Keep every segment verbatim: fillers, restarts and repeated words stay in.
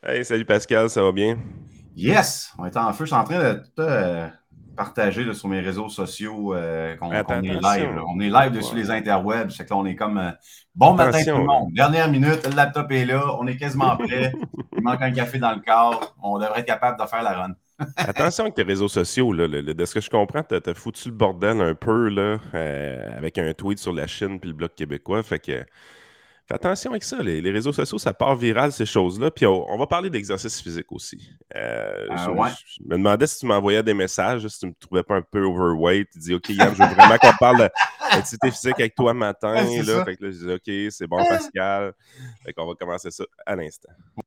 Hey, salut Pascal, ça va bien? Yes! On est en feu. Je suis en train de tout euh, partager là, sur mes réseaux sociaux euh, qu'on Attends, qu'on est live. Là. attention. On est live dessus Ouais. les interwebs. C'est que là, on est comme euh, bon matin tout le Attention, là. monde. Dernière minute, le laptop est là. On est quasiment prêt. Il manque un café dans le corps. On devrait être capable de faire la run. Attention avec tes réseaux sociaux, là. Le- le- de ce que je comprends, t'as, t'as foutu le bordel un peu, là, euh, avec un tweet sur la Chine puis le Bloc québécois. Fait que, fais attention avec ça. Les, les réseaux sociaux, ça part viral, ces choses-là. Puis on, on va parler d'exercice physique aussi. Euh, Euh, je, ouais. je me demandais si tu m'envoyais des messages, si tu me trouvais pas un peu overweight. Tu dis, OK, Yann, je veux vraiment qu'on parle de- d'activité physique avec toi Ouais, matin, c'est là. ça. Fait que là, je dis, OK, c'est bon, Pascal. Fait qu'on va commencer ça à l'instant.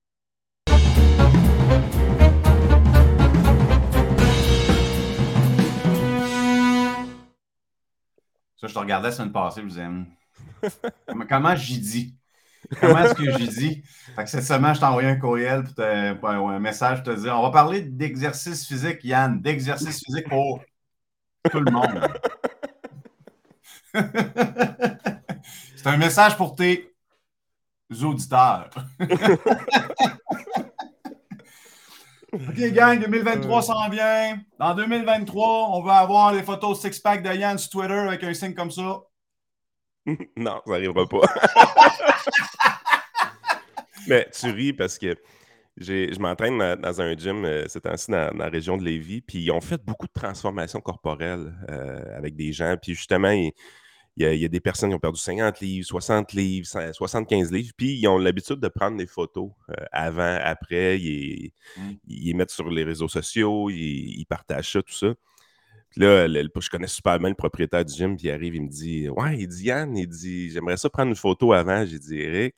Ça, je te regardais la semaine passée. Je me disais, hum, comment, comment j'y dis? Comment est-ce que j'y dis? Fait que cette semaine, je t'ai envoyé un courriel pour te- pour un, un message pour te dire on va parler d'exercice physique, Yann, d'exercice physique pour tout le monde. C'est un message pour tes auditeurs. OK, gang, deux mille vingt-trois Euh, s'en vient. Dans deux mille vingt-trois, on va avoir les photos six-pack de Yann sur Twitter avec un signe comme ça. non, ça n'arrivera pas. Mais tu ris parce que j'ai, je m'entraîne dans, dans un gym euh, ces temps-ci dans, dans la région de Lévis, puis ils ont fait beaucoup de transformations corporelles euh, avec des gens. Puis justement, il, il y a, il y a des personnes qui ont perdu cinquante livres, soixante livres, cent soixante-quinze livres, puis ils ont l'habitude de prendre des photos euh, avant, après, ils, Mm. ils les mettent sur les réseaux sociaux, ils, ils partagent ça, tout ça. Puis là, le- le- je connais super bien le propriétaire du gym, puis il arrive, il me dit Ouais, il dit Yann, il dit J'aimerais ça prendre une photo avant. J'ai dit Eric,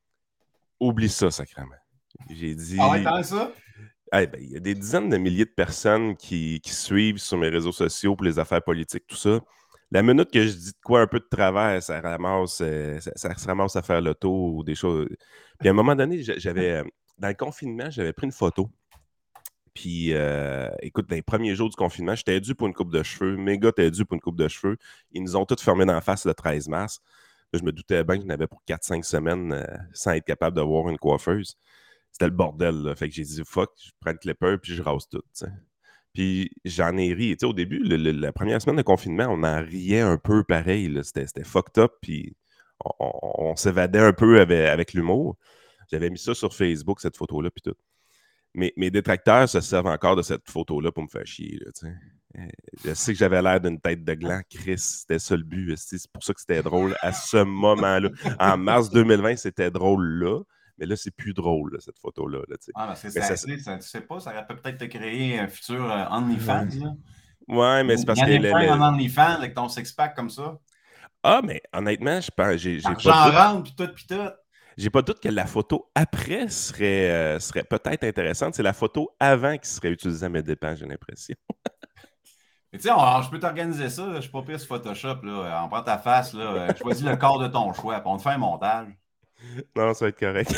oublie ça, sacrément. J'ai Ah ouais, dit t'as ça? Eh ben, il y a des dizaines de milliers de personnes qui, qui suivent sur mes réseaux sociaux pour les affaires politiques, tout ça. La minute que je dis de quoi un peu de travers, ça ramasse, euh, ça, ça se ramasse à faire le tour ou des choses. Puis à un moment donné, j'a- j'avais, euh, dans le confinement, j'avais pris une photo. Puis, euh, écoute, dans les premiers jours du confinement, j'étais dû pour une coupe de cheveux. Mes gars étaient dû pour une coupe de cheveux. Ils nous ont tous fermés d'en face le treize mars. Là, je me doutais bien que j'en avais pour quatre cinq semaines euh, sans être capable d'avoir une coiffeuse. C'était le bordel, là. Fait que j'ai dit, fuck, je prends le clipper puis je rase tout, t'sais. Puis j'en ai ri. Tu sais, au début, le- le- la première semaine de confinement, on en riait un peu pareil, là. C'était, c'était fucked up, puis on, on- on s'évadait un peu avec, avec l'humour. J'avais mis ça sur Facebook, cette photo-là, puis tout. Mes, mes détracteurs se servent encore de cette photo-là pour me faire chier, là, tu sais. Euh, Je sais que j'avais l'air d'une tête de gland. Chris, c'était ça le but. esti. C'est pour ça que c'était drôle à ce moment-là. En mars deux mille vingt, c'était drôle là, mais là, c'est plus drôle, là, cette photo-là. Là, tu sais. Ah, parce que mais ça, ça, tu sais, ça- tu sais pas, ça aurait peut-être te créer un futur euh, OnlyFans, là. ouais, mais c'est parce que. Yannick Le, Frein en le- OnlyFans avec ton six-pack comme ça. Ah, mais honnêtement, je pense, j'ai, j'ai pas de L'argent doute. rentre, puis tout, puis tout. J'ai pas de doute que la photo après serait, euh, serait peut-être intéressante. C'est la photo avant qui serait utilisée à mes dépens, j'ai l'impression. Mais tu sais, on- je peux t'organiser ça. Là. Je suis pas pire sur Photoshop. Là. On prend ta face, là. euh, Choisis le corps de ton choix. Puis on te fait un montage. Non, ça va être correct.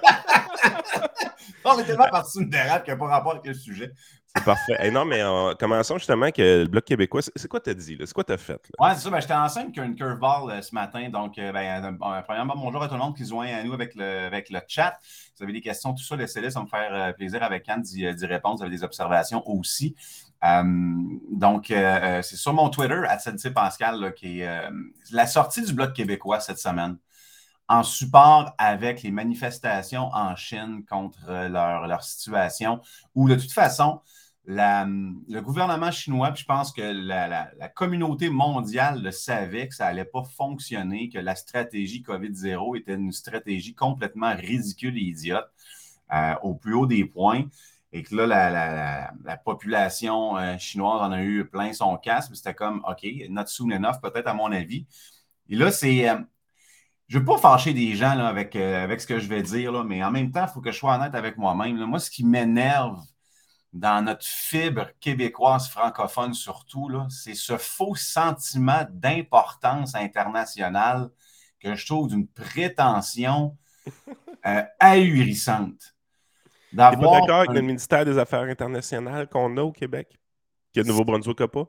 On est tellement parti sur une dérape qui n'a pas rapport avec le sujet. C'est parfait. Hey, non, mais euh, commençons justement que le Bloc québécois, c'est c'est quoi t'as dit, là? C'est quoi t'as fait, là? Ouais, c'est ça. Ben, j'étais enceinte qu'une curveball euh, ce matin. Donc, euh, ben, euh, bon, premièrement, bonjour à tout le monde qui se joint à nous avec le, avec le chat. Si vous avez des questions, tout ça, laissez-les. Ça va me faire euh, plaisir avec Anne d'y, euh, d'y répondre. Vous avez des observations aussi. Euh, donc, euh, euh, c'est sur mon Twitter, à Pascal, là, qui est euh, la sortie du Bloc québécois cette semaine, en support avec les manifestations en Chine contre euh, leur, leur situation, où de toute façon, la, le gouvernement chinois, puis je pense que la, la, la communauté mondiale le savait que ça n'allait pas fonctionner, que la stratégie covid zéro était une stratégie complètement ridicule et idiote euh, au plus haut des points. Et que là, la, la, la, la population euh, chinoise en a eu plein son casque. C'était comme, OK, not soon enough, peut-être à mon avis. Et là, c'est, euh, je ne veux pas fâcher des gens là, avec, euh, avec ce que je vais dire, là, mais en même temps, il faut que je sois honnête avec moi-même. Là. Moi, ce qui m'énerve dans notre fibre québécoise francophone surtout, là, c'est ce faux sentiment d'importance internationale que je trouve d'une prétention euh, ahurissante. T'es pas D'avoir d'accord avec un... le ministère des Affaires internationales qu'on a au Québec, que le Nouveau-Brunswick n'a pas?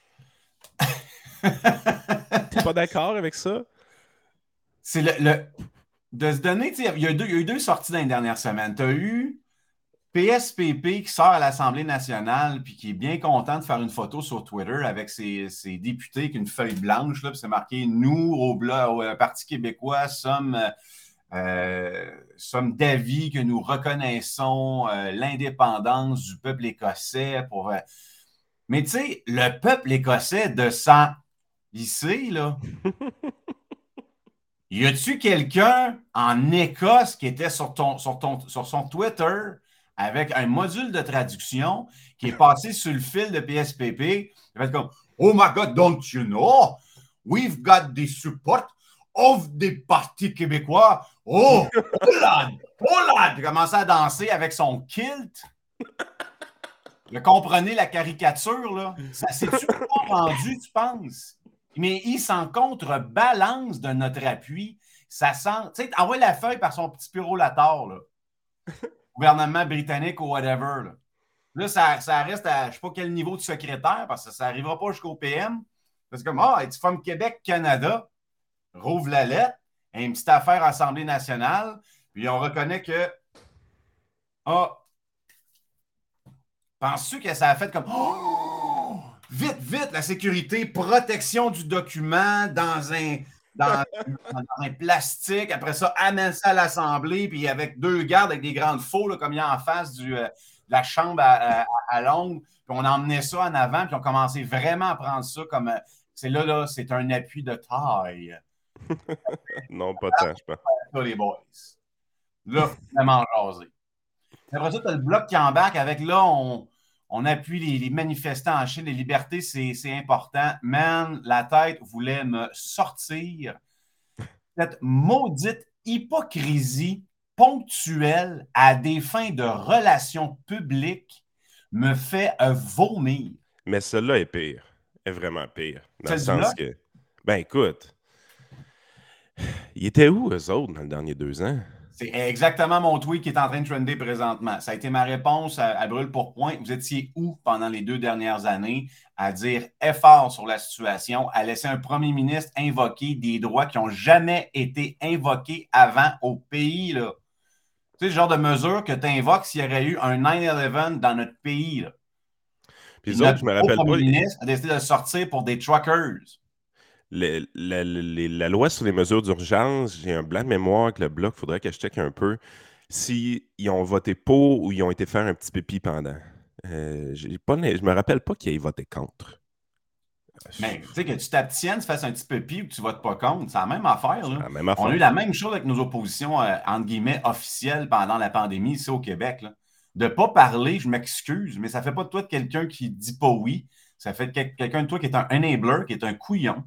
T'es pas d'accord avec ça? c'est le, le, de se donner, il y, a deux, il y a eu deux sorties dans les dernières semaines. Tu as eu P S P P qui sort à l'Assemblée nationale puis qui est bien content de faire une photo sur Twitter avec ses, ses députés avec une feuille blanche, là, puis c'est marqué « Nous, au, au, au Parti québécois, sommes, euh, sommes d'avis que nous reconnaissons euh, l'indépendance du peuple écossais. » pour euh... Mais tu sais, le peuple écossais descend ici, là. Y a-tu quelqu'un en Écosse qui était sur, ton, sur, ton, sur son Twitter avec un module de traduction qui est passé sur le fil de P S P P? Il fait comme Oh my God, don't you know? We've got the support of the Parti québécois. Oh, Hollande, Hollande! Il a commencé à danser avec son kilt. Vous comprenez la caricature, là? Ça s'est-tu pas rendu, tu penses? Mais il s'en contrebalance de notre appui. Ça sent. Tu sais, envoie la feuille par son petit pyrolator, là. Gouvernement britannique ou whatever. Là, là ça, ça reste à je ne sais pas quel niveau de secrétaire parce que ça n'arrivera pas jusqu'au P M. C'est comme Ah, oh, it's from Québec, Canada. Rouvre la lettre. Une petite affaire Assemblée nationale. Puis on reconnaît que. Ah. Penses-tu que ça a fait comme Oh! Vite, vite, la sécurité, protection du document dans un, dans, dans un plastique. Après ça, amène ça à l'Assemblée, puis avec deux gardes avec des grandes faux, là, comme il y a en face du, euh, de la chambre à, à, à Londres. Puis on emmenait ça en avant, puis on commençait vraiment à prendre ça comme. Euh, c'est là, là, c'est un appui de taille. Non, pas tant, je pense. Ça, les boys. Là, il faut vraiment jaser. Après ça, tu as le bloc qui embarque avec là, on. On appuie les, les manifestants en Chine, les libertés, c'est, c'est important. Man, la tête voulait me sortir. Cette maudite hypocrisie ponctuelle à des fins de relations publiques me fait euh, vomir. Mais celle-là est pire. Est vraiment pire. Dans Celle le sens que, ben écoute, ils étaient où, eux autres, dans les derniers deux ans? C'est exactement mon tweet qui est en train de trender présentement. Ça a été ma réponse à, à brûle pour point. Vous étiez où pendant les deux dernières années à dire effort sur la situation, à laisser un premier ministre invoquer des droits qui n'ont jamais été invoqués avant au pays, là? Tu sais, le genre de mesure que tu invoques s'il y aurait eu un neuf onze dans notre pays, là. Puis les autres, je me rappelle premier pas. Le ministre a décidé de sortir pour des truckers. Le, la, la, la loi sur les mesures d'urgence, j'ai un blanc de mémoire avec le bloc, il faudrait que je check un peu s'ils ont voté pour ou ils ont été faire un petit pipi pendant. Euh, j'ai pas, je me rappelle pas qu'ils aient voté contre. Mais tu sais, que tu t'abstiennes, tu fasses un petit pipi ou que tu votes pas contre, c'est la même affaire. Là. La même affaire. On a eu la même chose avec nos oppositions, euh, entre guillemets, officielles pendant la pandémie ici au Québec. Là. De ne pas parler, je m'excuse, mais ça ne fait pas de toi de quelqu'un qui ne dit pas oui. Ça fait de quelqu'un de toi qui est un enabler, qui est un couillon.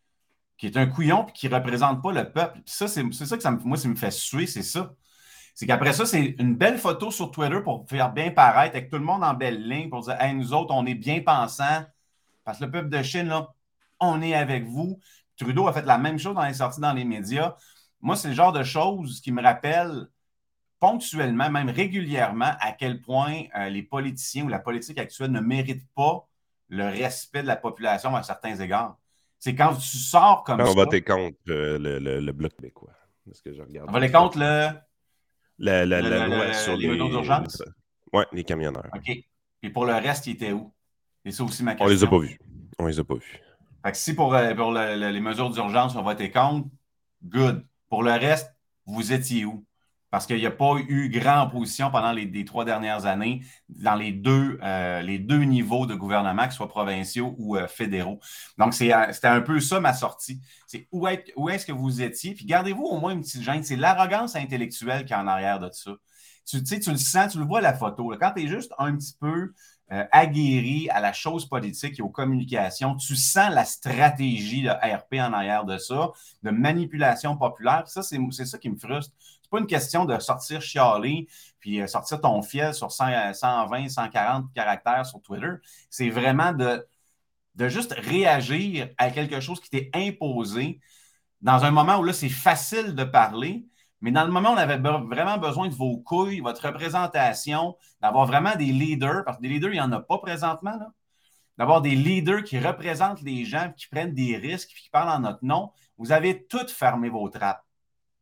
qui est un couillon et qui ne représente pas le peuple. Puis ça, c'est, c'est ça que ça me, moi, ça me fait suer, c'est ça. C'est qu'après ça, c'est une belle photo sur Twitter pour faire bien paraître avec tout le monde en belle ligne pour dire hey, nous autres, on est bien pensants. Parce que le peuple de Chine, là, on est avec vous. Trudeau a fait la même chose dans les sorties dans les médias. Moi, c'est le genre de choses qui me rappellent ponctuellement, même régulièrement, à quel point euh, les politiciens ou la politique actuelle ne méritent pas le respect de la population à certains égards. C'est quand tu sors comme on ça. On va voter contre euh, le, le, le Bloc québécois. Est-ce que je regarde? On va voter contre le. La, la, le, la le loi le, sur les les. mesures d'urgence? Oui, les camionneurs. OK. Et pour le reste, ils étaient où? C'est ça aussi ma question. On les a pas vus. On les a pas vus. Fait que si pour, pour le, le, les mesures d'urgence, on va voter contre, good. Pour le reste, vous étiez où? Parce qu'il n'y a pas eu grand opposition pendant les, les trois dernières années dans les deux, euh, les deux niveaux de gouvernement, que ce soit provinciaux ou euh, fédéraux. Donc, c'est, c'était un peu ça ma sortie. C'est où, est, où est-ce que vous étiez? Puis gardez-vous au moins une petite gêne. C'est l'arrogance intellectuelle qui est en arrière de ça. Tu sais, tu le sens, tu le vois la photo. Là. Quand tu es juste un petit peu euh, aguerri à la chose politique et aux communications, tu sens la stratégie de R P en arrière de ça, de manipulation populaire. Ça, c'est, c'est ça qui me frustre. C'est pas une question de sortir chialer puis euh, sortir ton fiel sur cent, cent vingt, cent quarante caractères sur Twitter. C'est vraiment de, de juste réagir à quelque chose qui t'est imposé dans un moment où là, c'est facile de parler. Mais dans le moment où on avait be- vraiment besoin de vos couilles, votre représentation, d'avoir vraiment des leaders, parce que des leaders, il n'y en a pas présentement, là. D'avoir des leaders qui représentent les gens, qui prennent des risques, qui parlent en notre nom, vous avez toutes fermé vos trappes.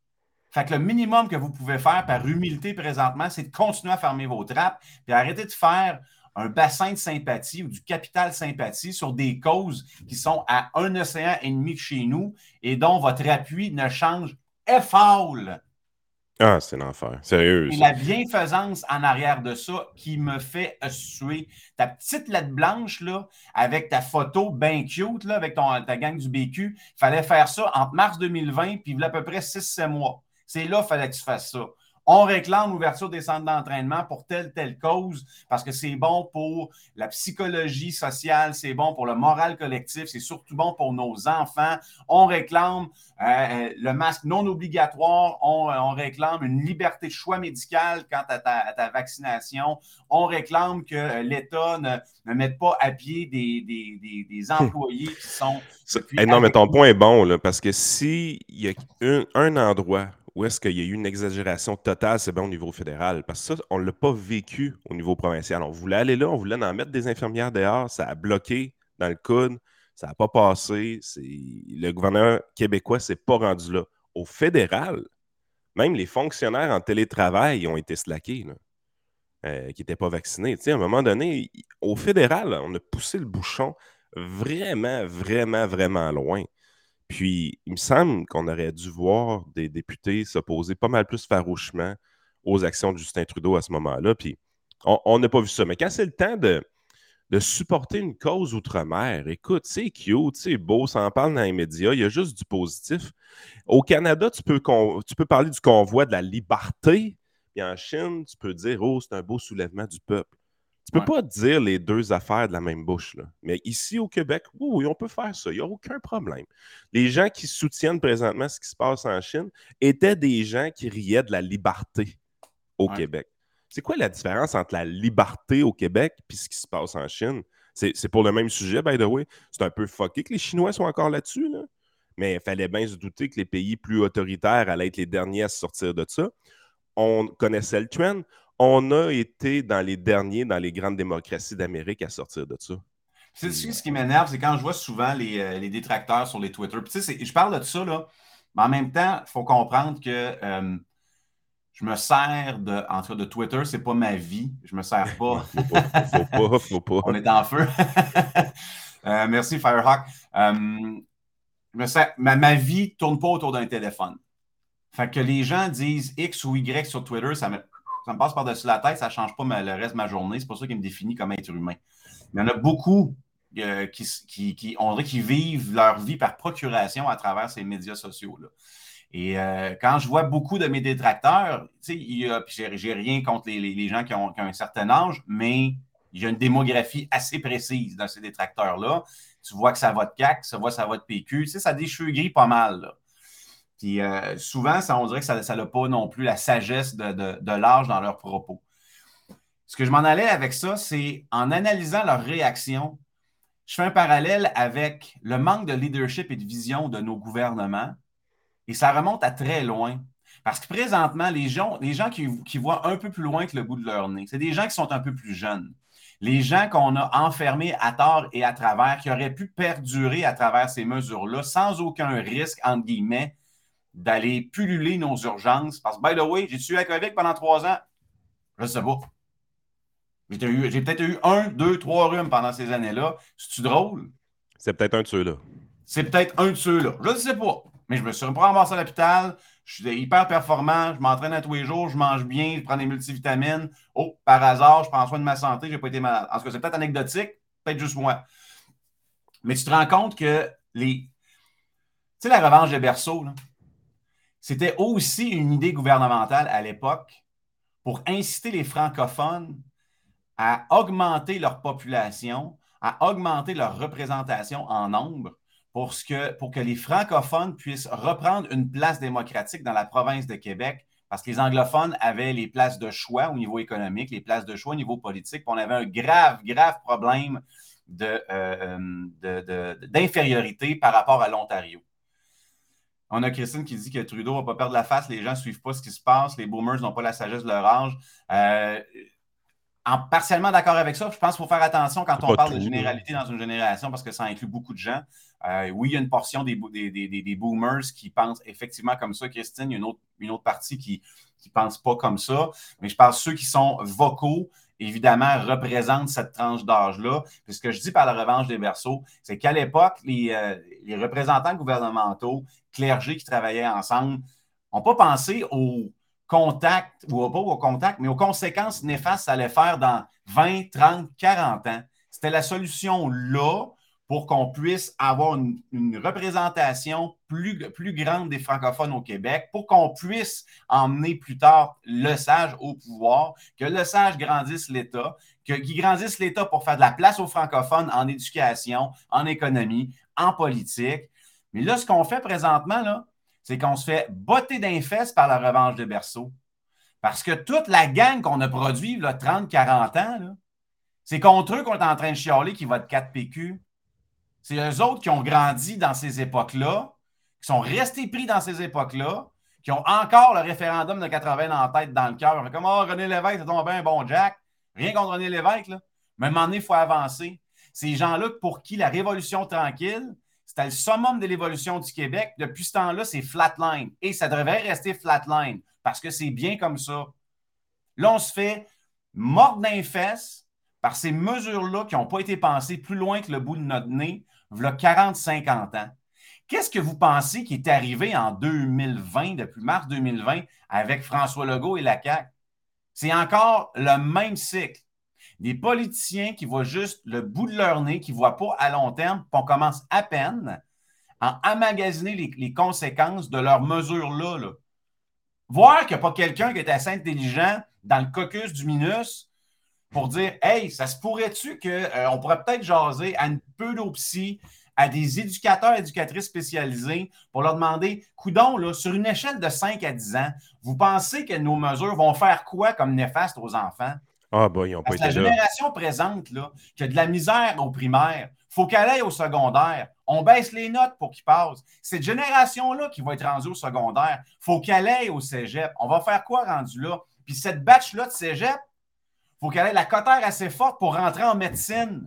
Fait que le minimum que vous pouvez faire par humilité présentement, c'est de continuer à fermer vos trappes puis arrêter de faire un bassin de sympathie ou du capital sympathie sur des causes qui sont à un océan et demi de chez nous et dont votre appui ne change effaule. Ah, c'est l'enfer. Sérieux, Et ça. la bienfaisance en arrière de ça qui me fait suer. Ta petite lettre blanche, là, avec ta photo bien cute, là, avec ton, ta gang du B Q, il fallait faire ça entre mars deux mille vingt puis il y a à peu près six sept mois. C'est là qu'il fallait que tu fasses ça. On réclame l'ouverture des centres d'entraînement pour telle, telle cause, parce que c'est bon pour la psychologie sociale, c'est bon pour le moral collectif, c'est surtout bon pour nos enfants. On réclame euh, le masque non obligatoire, on, on réclame une liberté de choix médical quant à ta, à ta vaccination. On réclame que l'État ne, ne mette pas à pied des, des, des, des employés qui sont... Hey, non, mais ton point est bon, là, parce que s'il y a un, un endroit où est-ce qu'il y a eu une exagération totale, c'est bien au niveau fédéral. Parce que ça, on ne l'a pas vécu au niveau provincial. On voulait aller là, on voulait en mettre des infirmières dehors, ça a bloqué dans le coude, ça n'a pas passé. C'est... Le gouverneur québécois ne s'est pas rendu là. Au fédéral, même les fonctionnaires en télétravail ont été slackés, là, euh, qui n'étaient pas vaccinés. Tu sais, à un moment donné, au fédéral, on a poussé le bouchon vraiment, vraiment, vraiment loin. Puis, il me semble qu'on aurait dû voir des députés s'opposer pas mal plus farouchement aux actions de Justin Trudeau à ce moment-là. Puis, on n'a pas vu ça. Mais quand c'est le temps de, de supporter une cause outre-mer, écoute, c'est cute, c'est beau, ça en parle dans les médias, il y a juste du positif. Au Canada, tu peux, con, tu peux parler du convoi de la liberté, puis en Chine, tu peux dire, oh, c'est un beau soulèvement du peuple. Tu peux ouais. pas dire les deux affaires de la même bouche, là. Mais ici, au Québec, oui, oui, on peut faire ça. Il n'y a aucun problème. Les gens qui soutiennent présentement ce qui se passe en Chine étaient des gens qui riaient de la liberté au ouais. Québec. C'est quoi la différence entre la liberté au Québec et ce qui se passe en Chine? C'est, c'est pour le même sujet, by the way. C'est un peu fucké que les Chinois soient encore là-dessus, là. Mais il fallait bien se douter que les pays plus autoritaires allaient être les derniers à se sortir de ça. On connaissait le trend. On a été dans les derniers, dans les grandes démocraties d'Amérique à sortir de ça. C'est ce qui m'énerve, c'est quand je vois souvent les, euh, les détracteurs sur les Twitter. Puis, tu sais, je parle de ça, là, mais en même temps, il faut comprendre que euh, je me sers de, en tout cas, de Twitter, c'est pas ma vie. Je me sers pas. faut pas, faut pas, faut pas. On est en feu. euh, merci, Firehawk. Euh, je me sers, ma, ma vie ne tourne pas autour d'un téléphone. Fait que les gens disent X ou Y sur Twitter, ça me, ça me passe par-dessus la tête, ça ne change pas ma, le reste de ma journée. C'est pas ça qui me définit comme être humain. Mais il y en a beaucoup euh, qui, qui, qui, on dirait qu'ils vivent leur vie par procuration à travers ces médias sociaux-là. Et euh, quand je vois beaucoup de mes détracteurs, tu sais, j'ai, j'ai rien contre les, les, les gens qui ont, qui ont un certain âge, mais il y a une démographie assez précise dans ces détracteurs-là. Tu vois que ça va de C A Q, ça voit ça va de P Q, tu sais, ça a des cheveux gris pas mal, là. Puis euh, souvent, ça, on dirait que ça n'a pas non plus la sagesse de, de, de l'âge dans leurs propos. Ce que je m'en allais avec ça, c'est en analysant leurs réactions, je fais un parallèle avec le manque de leadership et de vision de nos gouvernements. Et ça remonte à très loin. Parce que présentement, les gens, les gens qui, qui voient un peu plus loin que le bout de leur nez, c'est des gens qui sont un peu plus jeunes. Les gens qu'on a enfermés à tort et à travers, qui auraient pu perdurer à travers ces mesures-là sans aucun risque, entre guillemets, d'aller pulluler nos urgences. Parce que, by the way, j'ai tué la COVID pendant trois ans. Je ne sais pas. J'ai, eu, j'ai peut-être eu un, deux, trois rhumes pendant ces années-là. C'est-tu drôle? C'est peut-être un de ceux-là. C'est peut-être un de ceux-là. Je ne sais pas. Mais je me suis ramassé à l'hôpital. Je suis hyper performant. Je m'entraîne à tous les jours. Je mange bien. Je prends des multivitamines. Oh, par hasard, je prends soin de ma santé. Je n'ai pas été malade. En tout cas, c'est peut-être anecdotique. Peut-être juste moi. Mais tu te rends compte que les... Tu sais, la revanche des berceaux, là, c'était aussi une idée gouvernementale à l'époque pour inciter les francophones à augmenter leur population, à augmenter leur représentation en nombre pour, ce que, pour que les francophones puissent reprendre une place démocratique dans la province de Québec, parce que les anglophones avaient les places de choix au niveau économique, les places de choix au niveau politique, puis on avait un grave, grave problème de, euh, de, de, d'infériorité par rapport à l'Ontario. On a Christine qui dit que Trudeau ne va pas perdre la face, les gens ne suivent pas ce qui se passe, les boomers n'ont pas la sagesse de leur âge. Euh, en partiellement d'accord avec ça. Je pense qu'il faut faire attention quand C'est on pas parle tout, de là. généralité dans une génération parce que ça inclut beaucoup de gens. Euh, oui, il y a une portion des, des, des, des boomers qui pensent effectivement comme ça, Christine. Il y a une autre, une autre partie qui ne pense pas comme ça. Mais je pense que ceux qui sont vocaux, évidemment, représentent cette tranche d'âge-là. Puis ce que je dis par la revanche des berceaux, c'est qu'à l'époque, les, euh, les représentants gouvernementaux, clergés qui travaillaient ensemble, n'ont pas pensé aux contact, ou pas au contact, mais aux conséquences néfastes que ça allait faire dans vingt, trente, quarante ans. C'était la solution là pour qu'on puisse avoir une, une représentation plus, plus grande des francophones au Québec, pour qu'on puisse emmener plus tard le sage au pouvoir, que le sage grandisse l'État, qu'il grandisse l'État pour faire de la place aux francophones en éducation, en économie, en politique. Mais là, ce qu'on fait présentement, là, c'est qu'on se fait botter d'un fesses par la revanche de Berceau. Parce que toute la gang qu'on a produit, là, trente, quarante ans, là, c'est contre eux qu'on est en train de chialer qui votent quatre P Q. C'est eux autres qui ont grandi dans ces époques-là, qui sont restés pris dans ces époques-là, qui ont encore le référendum de quatre-vingts en tête dans le cœur. Comme oh, René Lévesque, c'est tombé un bon Jack. Rien contre René Lévesque, là. Mais à un moment donné, il faut avancer. Ces gens-là, pour qui la Révolution tranquille, c'était le summum de l'évolution du Québec. Depuis ce temps-là, c'est flatline. Et ça devrait rester flatline parce que c'est bien comme ça. Là, on se fait mordre d'un fesses par ces mesures-là qui n'ont pas été pensées plus loin que le bout de notre nez, il y a quarante cinquante ans. Qu'est-ce que vous pensez qui est arrivé en deux mille vingt, depuis mars deux mille vingt, avec François Legault et la C A Q? C'est encore le même cycle. Des politiciens qui voient juste le bout de leur nez, qui ne voient pas à long terme, puis on commence à peine à emmagasiner les, les conséquences de leurs mesures-là. Là. Voir qu'il n'y a pas quelqu'un qui est assez intelligent dans le caucus du MINUS pour dire « Hey, ça se pourrait-tu qu'on euh, pourrait peut-être jaser à une pseudopsie, à des éducateurs et éducatrices spécialisés pour leur demander « Coudon, là, sur une échelle de cinq à dix ans, vous pensez que nos mesures vont faire quoi comme néfaste aux enfants? » Ah, bah, ils n'ont pas Parce que été la là. génération présente, là, qui a de la misère au primaire, il faut qu'elle aille au secondaire. On baisse les notes pour qu'ils passent. Cette génération-là qui va être rendue au secondaire, il faut qu'elle aille au cégep. On va faire quoi rendu là? Puis cette batch-là de cégep, il faut qu'elle ait la cotère assez forte pour rentrer en médecine.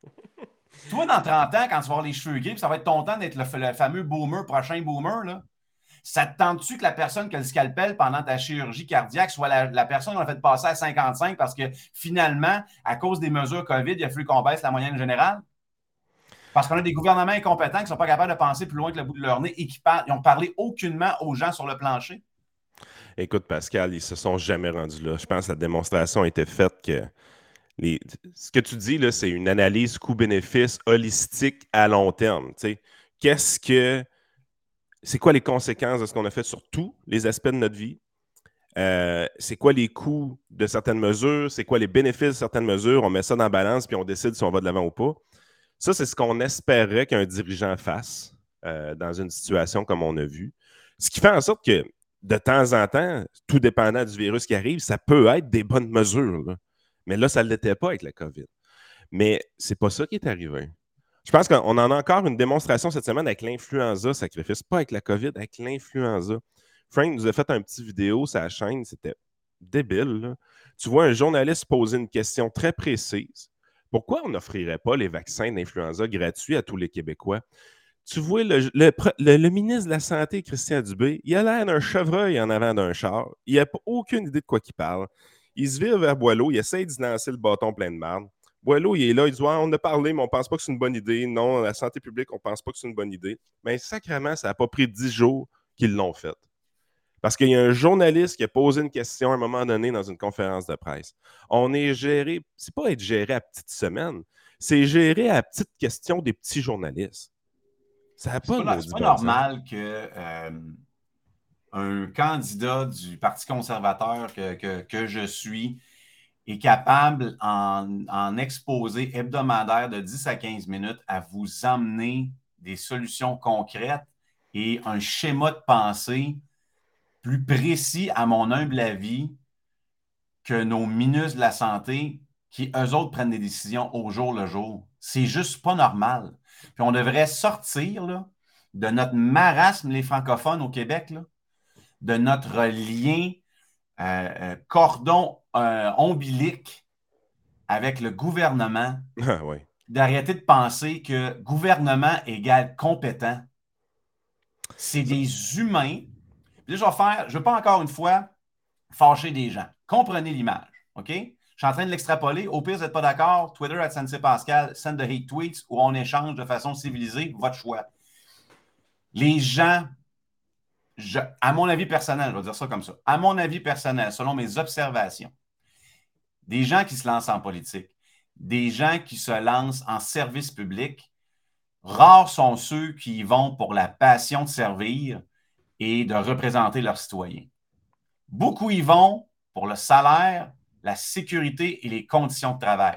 Toi, dans trente ans, quand tu vas avoir les cheveux gris, puis ça va être ton temps d'être le, le fameux boomer, prochain boomer, là, ça te tente-tu que la personne qui a le scalpel pendant ta chirurgie cardiaque soit la, la personne qui a fait passer à cinquante-cinq parce que finalement, à cause des mesures COVID, il a fallu qu'on baisse la moyenne générale? Parce qu'on a des gouvernements incompétents qui ne sont pas capables de penser plus loin que le bout de leur nez et qui n'ont parlé aucunement aux gens sur le plancher. Écoute, Pascal, ils ne se sont jamais rendus là. Je pense que la démonstration a été faite que les... ce que tu dis, là, c'est une analyse coût-bénéfice holistique à long terme. T'sais. Qu'est-ce que. C'est quoi les conséquences de ce qu'on a fait sur tous les aspects de notre vie? Euh, c'est quoi les coûts de certaines mesures? C'est quoi les bénéfices de certaines mesures? On met ça dans la balance puis on décide si on va de l'avant ou pas. Ça, c'est ce qu'on espérait qu'un dirigeant fasse euh, dans une situation comme on a vu. Ce qui fait en sorte que, de temps en temps, tout dépendant du virus qui arrive, ça peut être des bonnes mesures. Là. Mais là, ça ne l'était pas avec la COVID. Mais c'est pas ça qui est arrivé. Je pense qu'on en a encore une démonstration cette semaine avec l'influenza, sacrifice, pas avec la COVID, avec l'influenza. Frank nous a fait un petit vidéo sur la chaîne, c'était débile. Là. Tu vois un journaliste poser une question très précise. Pourquoi on n'offrirait pas les vaccins d'influenza gratuits à tous les Québécois? Tu vois, le, le, le, le ministre de la Santé, Christian Dubé, il a l'air d'un chevreuil en avant d'un char. Il n'a aucune idée de quoi il parle. Il se vire vers Boileau, il essaie d'y lancer le bâton plein de marde. Boileau, il est là, il dit ah, on a parlé, mais on ne pense pas que c'est une bonne idée. Non, la santé publique, on ne pense pas que c'est une bonne idée. Mais sacrément, ça n'a pas pris dix jours qu'ils l'ont fait. Parce qu'il y a un journaliste qui a posé une question à un moment donné dans une conférence de presse. On est géré, c'est pas être géré à petite semaine, c'est géré à petite question des petits journalistes. Ça n'a pas, pas, pas normal sens. que euh, un candidat du Parti conservateur que, que, que je suis est capable en, en exposé hebdomadaire de dix à quinze minutes à vous emmener des solutions concrètes et un schéma de pensée plus précis, à mon humble avis, que nos ministres de la Santé qui, eux autres, prennent des décisions au jour le jour. C'est juste pas normal. Puis on devrait sortir là, de notre marasme, les francophones au Québec, là, de notre lien euh, euh, cordon euh, ombilique avec le gouvernement, Ah, oui. d'arrêter de penser que gouvernement égale compétent. C'est des humains. Puis là, je vais faire, je ne veux pas encore une fois fâcher des gens. Comprenez l'image, OK? Je suis en train de l'extrapoler. Au pire, vous n'êtes pas d'accord, Twitter à Sensei Pascal, send the hate tweets où on échange de façon civilisée, votre choix. Les gens, je, à mon avis personnel, je vais dire ça comme ça, à mon avis personnel, selon mes observations, des gens qui se lancent en politique, des gens qui se lancent en service public, rares sont ceux qui y vont pour la passion de servir et de représenter leurs citoyens. Beaucoup y vont pour le salaire, la sécurité et les conditions de travail.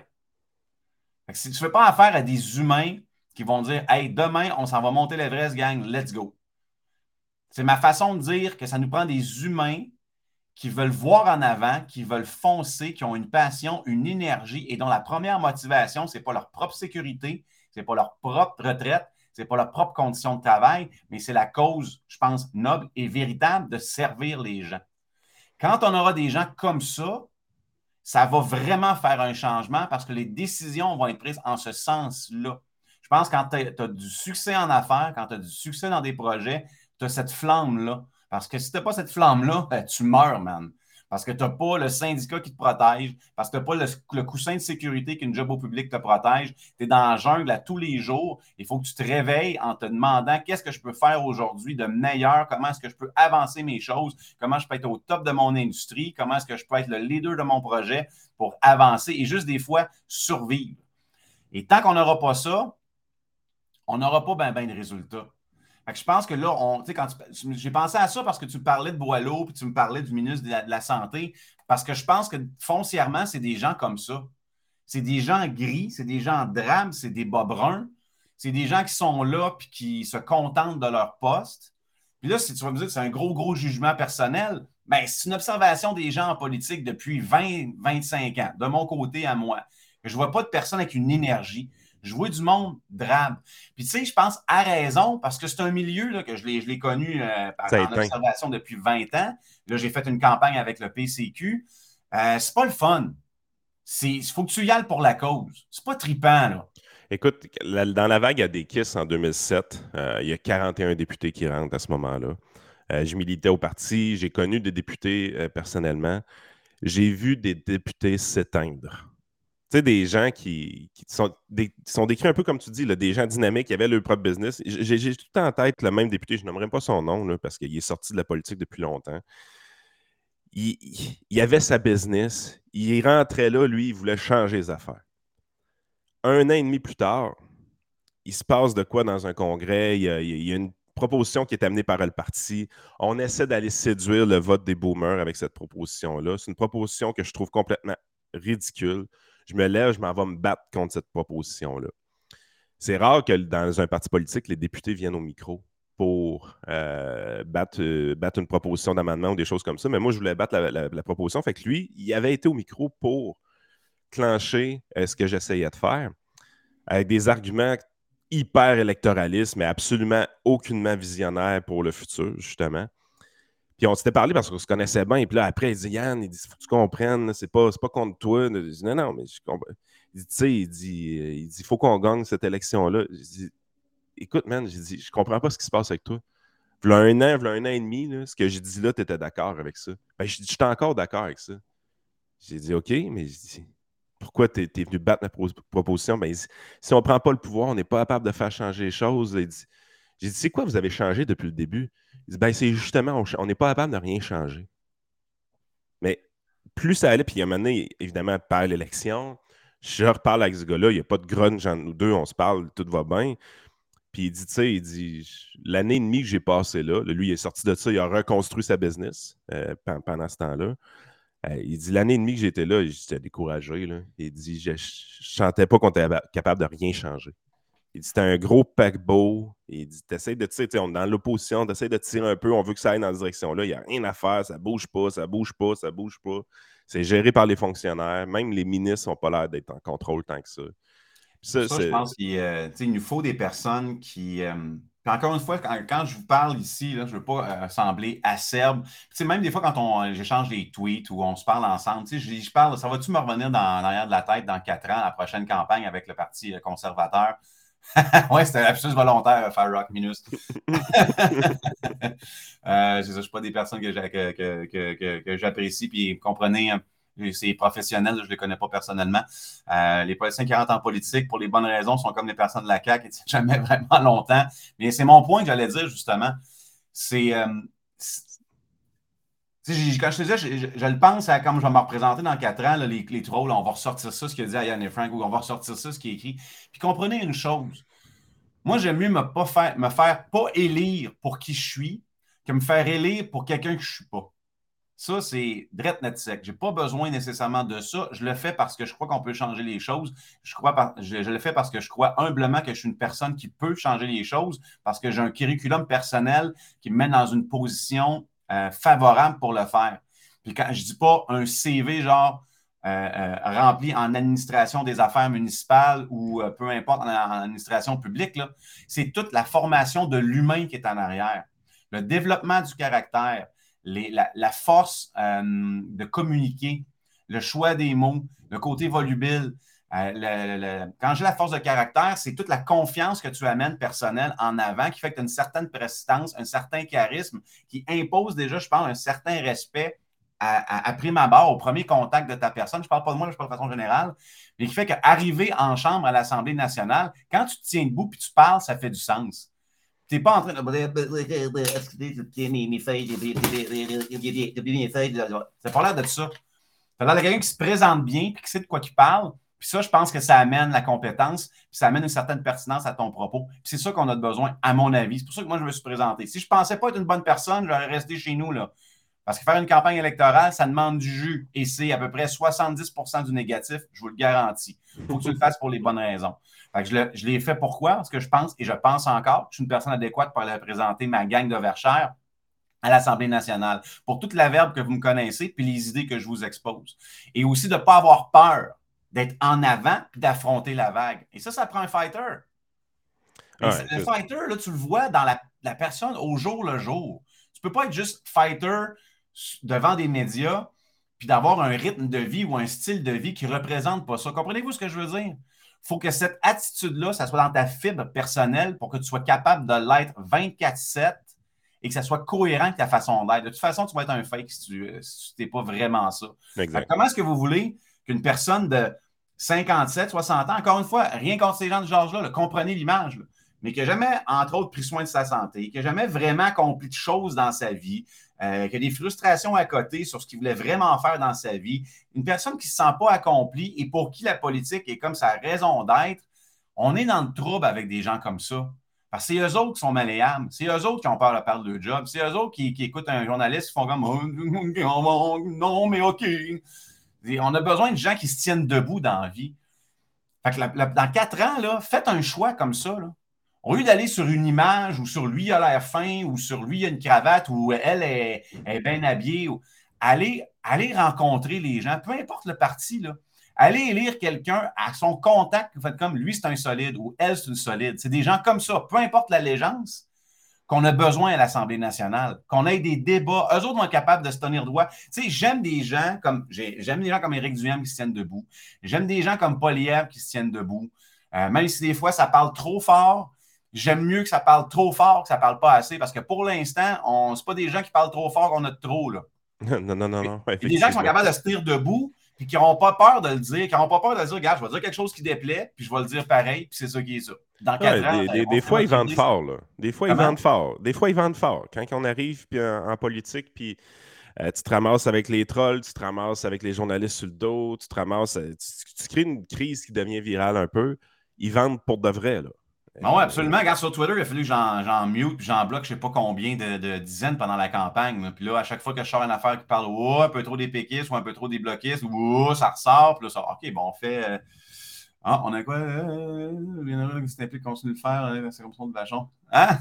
Si tu ne fais pas affaire à des humains qui vont dire « Hey, demain, on s'en va monter l'Everest, gang, let's go ». C'est ma façon de dire que ça nous prend des humains qui veulent voir en avant, qui veulent foncer, qui ont une passion, une énergie et dont la première motivation, ce n'est pas leur propre sécurité, ce n'est pas leur propre retraite, ce n'est pas leurs propres conditions de travail, mais c'est la cause, je pense, noble et véritable de servir les gens. Quand on aura des gens comme ça, ça va vraiment faire un changement parce que les décisions vont être prises en ce sens-là. Je pense que quand tu as du succès en affaires, quand tu as du succès dans des projets, tu as cette flamme-là. Parce que si tu n'as pas cette flamme-là, ben, tu meurs, man. Parce que tu n'as pas le syndicat qui te protège, parce que tu n'as pas le, le coussin de sécurité qu'une job au public te protège. Tu es dans la jungle à tous les jours. Il faut que tu te réveilles en te demandant qu'est-ce que je peux faire aujourd'hui de meilleur, comment est-ce que je peux avancer mes choses, comment je peux être au top de mon industrie, comment est-ce que je peux être le leader de mon projet pour avancer et juste des fois survivre. Et tant qu'on n'aura pas ça, on n'aura pas bien ben de résultats. Fait que je pense que là, on, quand tu, j'ai pensé à ça parce que tu me parlais de Boileau puis tu me parlais du ministre de la, de la Santé, parce que je pense que foncièrement, c'est des gens comme ça. C'est des gens gris, c'est des gens drame, c'est des bas bruns, c'est des gens qui sont là puis qui se contentent de leur poste. Puis là, si tu vas me dire que c'est un gros, gros jugement personnel, bien, c'est une observation des gens en politique depuis vingt, vingt-cinq ans, de mon côté à moi. Je ne vois pas de personne avec une énergie. Je vois du monde drame. Puis tu sais, je pense à raison, parce que c'est un milieu là, que je l'ai, je l'ai connu euh, en observation depuis vingt ans. Là, j'ai fait une campagne avec le P C Q. Euh, c'est pas le fun. Il faut que tu y ailles pour la cause. C'est pas trippant, là. Écoute, la, dans la vague à des Kiss en deux mille sept, euh, il y a quarante et un députés qui rentrent à ce moment-là. Euh, je militais au parti, j'ai connu des députés euh, personnellement. J'ai vu des députés s'éteindre. Tu sais, des gens qui, qui, sont, des, qui sont décrits un peu comme tu dis, là, des gens dynamiques qui avaient leur propre business. J'ai, j'ai tout le temps en tête le même député, je n'aimerais pas son nom là, parce qu'il est sorti de la politique depuis longtemps. Il, il, il avait sa business, il rentrait là, lui, il voulait changer les affaires. Un an et demi plus tard, il se passe de quoi dans un congrès? Il y a, il y a une proposition qui est amenée par le parti. On essaie d'aller séduire le vote des boomers avec cette proposition-là. C'est une proposition que je trouve complètement ridicule. Je me lève, je m'en vais me battre contre cette proposition-là. C'est rare que dans un parti politique, les députés viennent au micro pour euh, battre, euh, battre une proposition d'amendement ou des choses comme ça. Mais moi, je voulais battre la, la, la proposition. Fait que lui, il avait été au micro pour clencher euh, ce que j'essayais de faire avec des arguments hyper électoralistes, mais absolument aucunement visionnaires pour le futur, justement. Puis on s'était parlé parce qu'on se connaissait bien. Et puis là, après, il dit Yann, il dit faut que tu comprennes, c'est pas, c'est pas contre toi. Je dis non, non, mais je comprends. Il dit, tu sais, il dit, il dit, faut qu'on gagne cette élection-là. Je dis, écoute, man, j'ai dit, je comprends pas ce qui se passe avec toi. V'là un an, v'là un an et demi, là, ce que j'ai dit là, tu étais d'accord avec ça. Ben, je dis, j'étais encore d'accord avec ça. J'ai dit, OK, mais je dis, pourquoi tu es venu battre ma pro- proposition? Ben, il dit, si on ne prend pas le pouvoir, on n'est pas capable de faire changer les choses. Il dit, j'ai dit, c'est quoi vous avez changé depuis le début? Il dit, ben, c'est justement, on n'est pas capable de rien changer. Mais plus ça allait, puis à un moment donné, évidemment, par l'élection, je reparle avec ce gars-là, il n'y a pas de grunge entre nous deux, on se parle, tout va bien. Puis il dit, tu sais, il dit, l'année et demie que j'ai passé là, lui, il est sorti de ça, il a reconstruit sa business euh, pendant ce temps-là. Euh, il dit, l'année et demie que j'étais là, j'étais découragé. Là. Il dit, je ne sentais pas qu'on était capable de rien changer. Il dit, c'était un gros paquebot. Il dit, t'essayes de tirer, on est dans l'opposition, t'essayes de tirer un peu, on veut que ça aille dans cette direction-là. Il n'y a rien à faire, ça ne bouge pas, ça ne bouge pas, ça ne bouge pas. C'est géré par les fonctionnaires. Même les ministres n'ont pas l'air d'être en contrôle tant que ça. Ça, Ça, je c'est... pense qu'il euh, il nous faut des personnes qui. Euh, Puis encore une fois, quand, quand je vous parle ici, là, je ne veux pas euh, sembler acerbe. Tu sais, même des fois, quand on j'échange des tweets ou on se parle ensemble, tu sais, je, je parle, ça va-tu me revenir dans l'arrière de la tête dans quatre ans, la prochaine campagne avec le Parti conservateur? Oui, c'était l'absus volontaire, Fire Rock Minus. euh, c'est ça, je ne suis pas des personnes que, que, que, que, que j'apprécie. Puis comprenez, c'est professionnel, je ne les connais pas personnellement. Euh, les politiciens qui rentrent en politique, pour les bonnes raisons, sont comme les personnes de la C A Q, ils ne tiennent jamais vraiment longtemps. Mais c'est mon point que j'allais dire, justement. C'est... Euh, quand je te disais, je, je, je le pense à comme je vais me représenter dans quatre ans, là, les, les trolls, on va ressortir ça, ce qu'il a dit à Yann et Frank, ou on va ressortir ça, ce qui est écrit. Puis comprenez une chose. Moi, j'aime mieux me, pas faire, me faire pas élire pour qui je suis que me faire élire pour quelqu'un que je ne suis pas. Ça, c'est drette net sec. Je n'ai pas besoin nécessairement de ça. Je le fais parce que je crois qu'on peut changer les choses. Je, crois par... je, je le fais parce que je crois humblement que je suis une personne qui peut changer les choses, parce que j'ai un curriculum personnel qui me met dans une position euh, favorable pour le faire. Puis quand je ne dis pas un C V genre euh, euh, rempli en administration des affaires municipales ou euh, peu importe en, en administration publique, là, c'est toute la formation de l'humain qui est en arrière. Le développement du caractère, Les, la, la force euh, de communiquer, le choix des mots, le côté volubile. Euh, le, le, quand j'ai la force de caractère, c'est toute la confiance que tu amènes personnelle en avant qui fait que tu as une certaine prestance, un certain charisme qui impose déjà, je pense, un certain respect à, à, à prime abord, au premier contact de ta personne. Je ne parle pas de moi, je parle de façon générale, mais qui fait qu'arriver en chambre à l'Assemblée nationale, quand tu te tiens debout et tu parles, ça fait du sens. Tu n'es pas en train de. Mes feuilles, mes feuilles. Ça n'a pas l'air de ça. Ça a l'air de quelqu'un qui se présente bien et qui sait de quoi il parle. Puis ça, je pense que ça amène la compétence, puis ça amène une certaine pertinence à ton propos. Puis c'est ça qu'on a besoin, à mon avis. C'est pour ça que moi, je me suis présenté. Si je ne pensais pas être une bonne personne, j'aurais resté chez nous, là. Parce que faire une campagne électorale, ça demande du jus. Et c'est à peu près soixante-dix pour cent du négatif, je vous le garantis. Il faut que tu le fasses pour les bonnes raisons. Fait que je, le, je l'ai fait pourquoi? Parce que je pense, et je pense encore, que je suis une personne adéquate pour aller représenter ma gang de Verchères à l'Assemblée nationale. Pour toute la verbe que vous me connaissez, puis les idées que je vous expose. Et aussi de ne pas avoir peur d'être en avant et d'affronter la vague. Et ça, ça prend un fighter. Ouais, le fighter, là, tu le vois dans la, la personne au jour le jour. Tu ne peux pas être juste fighter devant des médias puis d'avoir un rythme de vie ou un style de vie qui ne représente pas ça. Comprenez-vous ce que je veux dire? Il faut que cette attitude-là, ça soit dans ta fibre personnelle pour que tu sois capable de l'être vingt-quatre sept et que ça soit cohérent avec ta façon d'être. De toute façon, tu vas être un fake si tu n'es pas vraiment ça. Comment est-ce que vous voulez qu'une personne de cinquante-sept, soixante ans, encore une fois, rien contre ces gens de ce genre-là, là, comprenez l'image, là, mais qui n'a jamais, entre autres, pris soin de sa santé, qui n'a jamais vraiment accompli de choses dans sa vie, euh, qui a des frustrations à côté sur ce qu'il voulait vraiment faire dans sa vie, une personne qui ne se sent pas accomplie et pour qui la politique est comme sa raison d'être, on est dans le trouble avec des gens comme ça. Parce que c'est eux autres qui sont malléables, c'est eux autres qui ont peur de perdre leur job, c'est eux autres qui, qui écoutent un journaliste qui font comme oh, non, mais OK. Et on a besoin de gens qui se tiennent debout dans la vie. Fait que la, la, dans quatre ans, là, faites un choix comme ça. Là. Au lieu d'aller sur une image où sur lui il a l'air fin ou sur lui il a une cravate ou elle est, est bien habillée, ou, allez, allez rencontrer les gens, peu importe le parti, là. Allez élire quelqu'un à son contact, vous faites comme lui c'est un solide ou elle c'est une solide. C'est des gens comme ça, peu importe l'allégeance, qu'on a besoin à l'Assemblée nationale, qu'on ait des débats. Eux autres vont être capables de se tenir droit. Tu sais, j'aime des gens comme j'aime des gens comme Éric Duhem qui se tiennent debout. J'aime des gens comme Poilievre qui se tiennent debout. Euh, même si des fois ça parle trop fort, j'aime mieux que ça parle trop fort que ça parle pas assez, parce que pour l'instant, on c'est pas des gens qui parlent trop fort qu'on a de trop, là. Non, non, non, non. Ouais, des gens qui sont capables de se tenir debout puis qui n'auront pas peur de le dire, qui n'auront pas peur de dire, regarde, je vais dire quelque chose qui déplaît, puis je vais le dire pareil, puis c'est ça qui est ça. Dans quatre ouais, ans, des, des, des fois, ils vendent fort, là. Des fois, Comment? ils vendent fort. Des fois, ils vendent fort. Quand on arrive puis en, en politique, puis euh, tu te ramasses avec les trolls, tu te ramasses avec les journalistes sur le dos, tu te ramasses... Tu, tu crées une crise qui devient virale un peu. Ils vendent pour de vrai, là. Ben oui, absolument. Regarde, sur Twitter, il a fallu que j'en, j'en mute puis j'en bloque je ne sais pas combien de, de dizaines pendant la campagne. Là. Puis là, à chaque fois que je sors une affaire qui parle oh, un peu trop des péquistes ou un peu trop des bloquistes, oh, ça ressort. Puis là, ça, OK, bon, on fait, euh, Ah, on a quoi? Euh, Bien qui s'implique, continue de le faire, la circoncision de Vachon. Hein?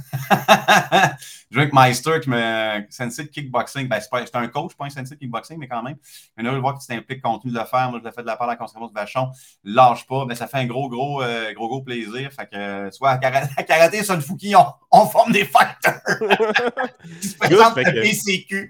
Drink Meister qui me. Sensei de kickboxing. Ben, c'est, pas, c'est un coach, pas un sensei de kickboxing, mais quand même. Mais là, je vois que tu t'impliques, continue de le faire. Moi, je l'ai fait de la part de la circoncision de Vachon. Lâche pas. Ben, ça fait un gros, gros, euh, gros, gros plaisir. Fait que, tu vois, à Karaté, Sun Fuki, on, on forme des fighters qui se présentent à P C Q.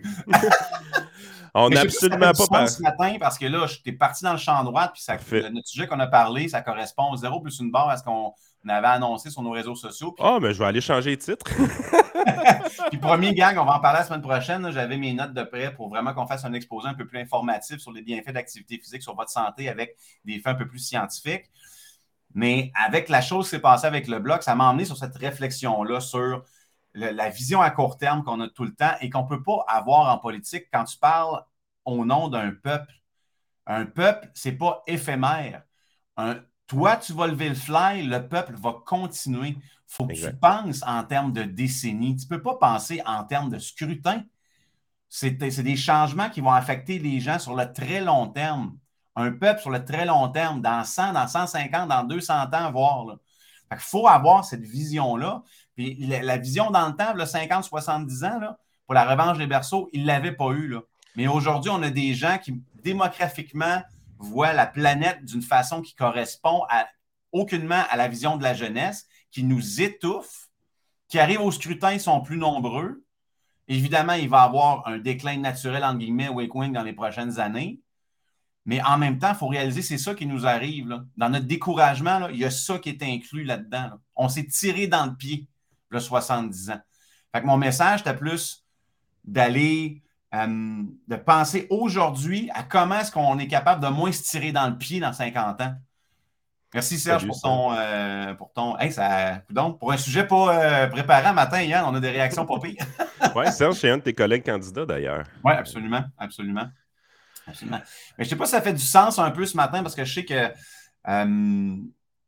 On n'a absolument pas parlé ce matin parce que là, j'étais parti dans le champ droit, puis ça, le, notre sujet qu'on a parlé, ça correspond au zéro plus une barre à ce qu'on avait annoncé sur nos réseaux sociaux. Ah, oh, mais je vais aller changer de titre. Puis premier gang, on va en parler la semaine prochaine. Là, j'avais mes notes de prêt pour vraiment qu'on fasse un exposé un peu plus informatif sur les bienfaits d'activité physique sur votre santé avec des faits un peu plus scientifiques. Mais avec la chose qui s'est passée avec le blog, ça m'a emmené sur cette réflexion-là sur le, la vision à court terme qu'on a tout le temps et qu'on ne peut pas avoir en politique quand tu parles au nom d'un peuple. Un peuple, ce n'est pas éphémère. Un, toi, tu vas lever le fly, le peuple va continuer. Il faut que exact. Tu penses en termes de décennies. Tu ne peux pas penser en termes de scrutin. C'est, c'est des changements qui vont affecter les gens sur le très long terme. Un peuple sur le très long terme, dans cent, dans cent cinquante, dans deux cents ans, voire. Là. Fait qu'il faut avoir cette vision-là. Puis la, la vision dans le temps, là, cinquante, soixante-dix ans, là, pour la revanche des berceaux, ils ne l'avaient pas eu. Là. Mais aujourd'hui, on a des gens qui, démographiquement, voient la planète d'une façon qui correspond à, aucunement à la vision de la jeunesse, qui nous étouffe, qui arrivent au scrutin, ils sont plus nombreux. Évidemment, il va y avoir un déclin naturel, entre guillemets, wake-wing dans les prochaines années. Mais en même temps, il faut réaliser que c'est ça qui nous arrive. Là. Dans notre découragement, là, il y a ça qui est inclus là-dedans. Là. On s'est tiré dans le pied, le soixante-dix ans. Fait que mon message, c'était plus d'aller, euh, de penser aujourd'hui à comment est-ce qu'on est capable de moins se tirer dans le pied dans cinquante ans. Merci Serge Salut, pour ton, euh, pour ton. Hey, ça, donc, pour un sujet pas euh, préparé un matin, Yann, on a des réactions pas pires. Oui, Serge, c'est un de tes collègues candidats d'ailleurs. Oui, absolument, absolument. Absolument. Mais je ne sais pas si ça fait du sens un peu ce matin parce que je sais que euh,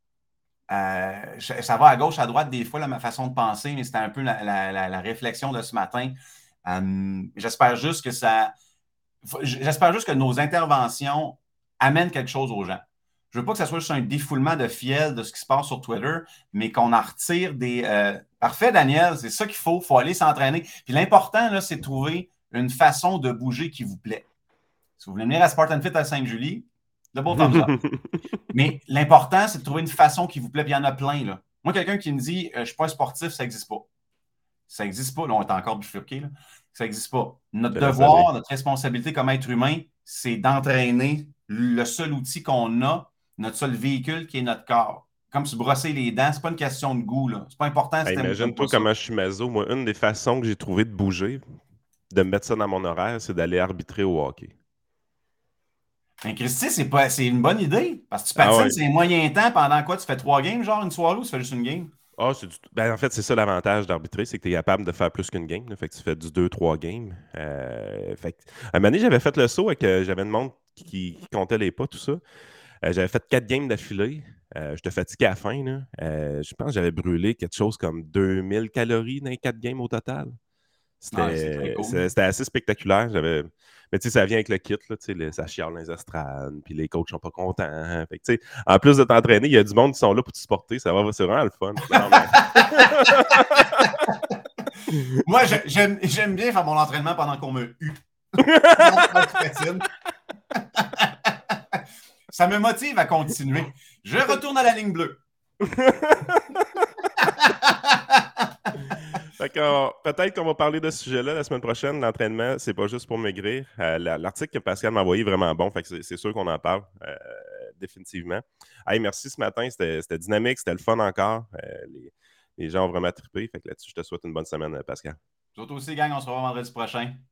euh, ça va à gauche, à droite des fois, là, ma façon de penser, mais c'était un peu la, la, la, la réflexion de ce matin. Euh, j'espère juste que ça. J'espère juste que nos interventions amènent quelque chose aux gens. Je ne veux pas que ça soit juste un défoulement de fiel de ce qui se passe sur Twitter, mais qu'on en retire des. Euh... Parfait, Daniel, c'est ça qu'il faut. Il faut aller s'entraîner. Puis l'important, là, c'est de trouver une façon de bouger qui vous plaît. Si vous voulez venir à Spartan Fit à Sainte-Julie, de bon temps ça. Mais l'important, c'est de trouver une façon qui vous plaît. Puis il y en a plein. Là. Moi, quelqu'un qui me dit euh, « je ne suis pas un sportif », ça n'existe pas. Ça n'existe pas. Là, on est encore bifurqué. Là. Ça n'existe pas. Notre Bien devoir, salut. Notre responsabilité comme être humain, c'est d'entraîner le seul outil qu'on a, notre seul véhicule qui est notre corps. Comme se brosser les dents, c'est pas une question de goût. Là. C'est pas important. Hey, imagine-toi comment je suis maso. Moi, une des façons que j'ai trouvé de bouger, de me mettre ça dans mon horaire, c'est d'aller arbitrer au hockey. Ben, Christy, c'est, pas, c'est une bonne idée. Parce que tu patines, ah ouais. C'est un moyen temps. Pendant quoi? Tu fais trois games, genre une soirée, ou tu fais juste une game? Ah, c'est du... ben, en fait, c'est ça l'avantage d'arbitrer, c'est que tu es capable de faire plus qu'une game. Là. Fait que tu fais du deux trois games. Euh, fait que... À un moment donné, j'avais fait le saut avec... Euh, j'avais une montre qui, qui, qui comptait les pas, tout ça. Euh, j'avais fait quatre games d'affilée. Euh, J'étais fatigué à la fin. Là. Euh, je pense que j'avais brûlé quelque chose comme deux mille calories dans les quatre games au total. C'était, ah, cool. C'était assez spectaculaire. J'avais... Mais tu sais, ça vient avec le kit, là, les, ça chiale les estrades, puis les coachs sont pas contents. Hein. Fait que, en plus de t'entraîner, il y a du monde qui sont là pour te supporter. Ça va, c'est vraiment le fun. Moi, j'aime, j'aime bien faire mon entraînement pendant qu'on me hue. Ça me motive à continuer. Je retourne à la ligne bleue. Fait que, peut-être qu'on va parler de ce sujet-là la semaine prochaine. L'entraînement, c'est pas juste pour maigrir. Euh, l'article que Pascal m'a envoyé est vraiment bon. Fait que c'est, c'est sûr qu'on en parle euh, définitivement. Hey, merci ce matin. C'était, c'était dynamique, c'était le fun encore. Euh, les, les gens ont vraiment trippé. Fait que là-dessus, je te souhaite une bonne semaine, Pascal. Vous autres aussi, gang. On se revoit vendredi prochain.